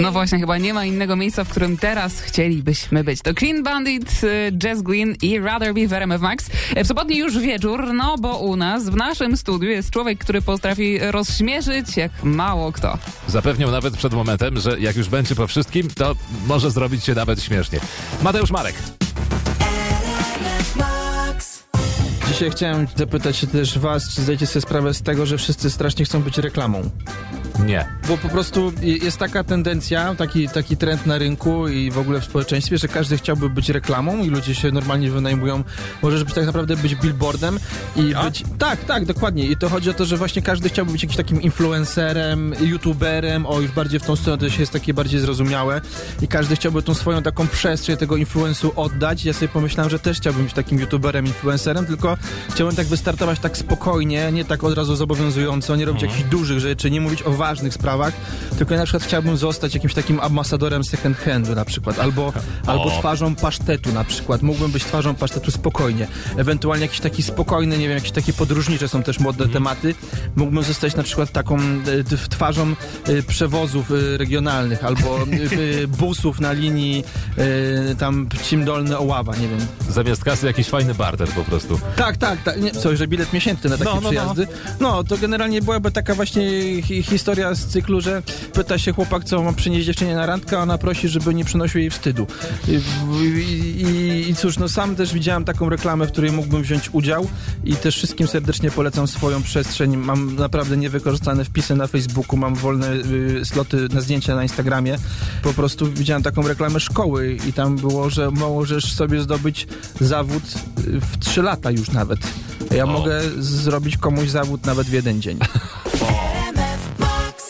No właśnie, chyba nie ma innego miejsca, w którym teraz chcielibyśmy być. To Clean Bandit, Jess Glynn i Rather Be w RMF Max. W sobotni już wieczór, no bo u nas, w naszym studiu jest człowiek, który potrafi rozśmieszyć jak mało kto. Zapewniał nawet przed momentem, że jak już będzie po wszystkim, to może zrobić się nawet śmiesznie. Mateusz Marek. Dzisiaj chciałem zapytać się też was, czy zdajecie sobie sprawę z tego, że wszyscy strasznie chcą być reklamą? Nie. Bo po prostu jest taka tendencja, taki trend na rynku i w ogóle w społeczeństwie, że każdy chciałby być reklamą i ludzie się normalnie wynajmują, możesz być tak naprawdę być billboardem i być... Tak, dokładnie. I to chodzi o to, że właśnie każdy chciałby być jakimś takim influencerem, youtuberem, już bardziej w tą stronę to jest takie bardziej zrozumiałe i każdy chciałby tą swoją taką przestrzeń tego influencu oddać. Ja sobie pomyślałem, że też chciałbym być takim youtuberem, influencerem, tylko chciałbym tak wystartować tak spokojnie, nie tak od razu zobowiązująco, nie robić jakichś dużych rzeczy, nie mówić o ważnych sprawach, tylko ja na przykład chciałbym zostać jakimś takim ambasadorem second handu na przykład, albo twarzą pasztetu na przykład. Mógłbym być twarzą pasztetu spokojnie. Ewentualnie jakiś taki spokojny, nie wiem, jakieś takie podróżnicze są też modne tematy. Mógłbym zostać na przykład taką twarzą przewozów regionalnych, albo busów na linii tam Cim Dolny Oława, nie wiem. Zamiast kasy jakiś fajny barter po prostu. Tak. Nie, że bilet miesięczny na takie przyjazdy. No, to generalnie byłaby taka właśnie historia z cyklu, że pyta się chłopak, co ma przynieść dziewczynie na randkę, a ona prosi, żeby nie przynosił jej wstydu. I cóż, no sam też widziałem taką reklamę, w której mógłbym wziąć udział i też wszystkim serdecznie polecam swoją przestrzeń. Mam naprawdę niewykorzystane wpisy na Facebooku, mam wolne sloty na zdjęcia na Instagramie. Po prostu widziałem taką reklamę szkoły i tam było, że możesz sobie zdobyć zawód w 3 lata już nawet. Ja mogę zrobić komuś zawód nawet w 1 dzień.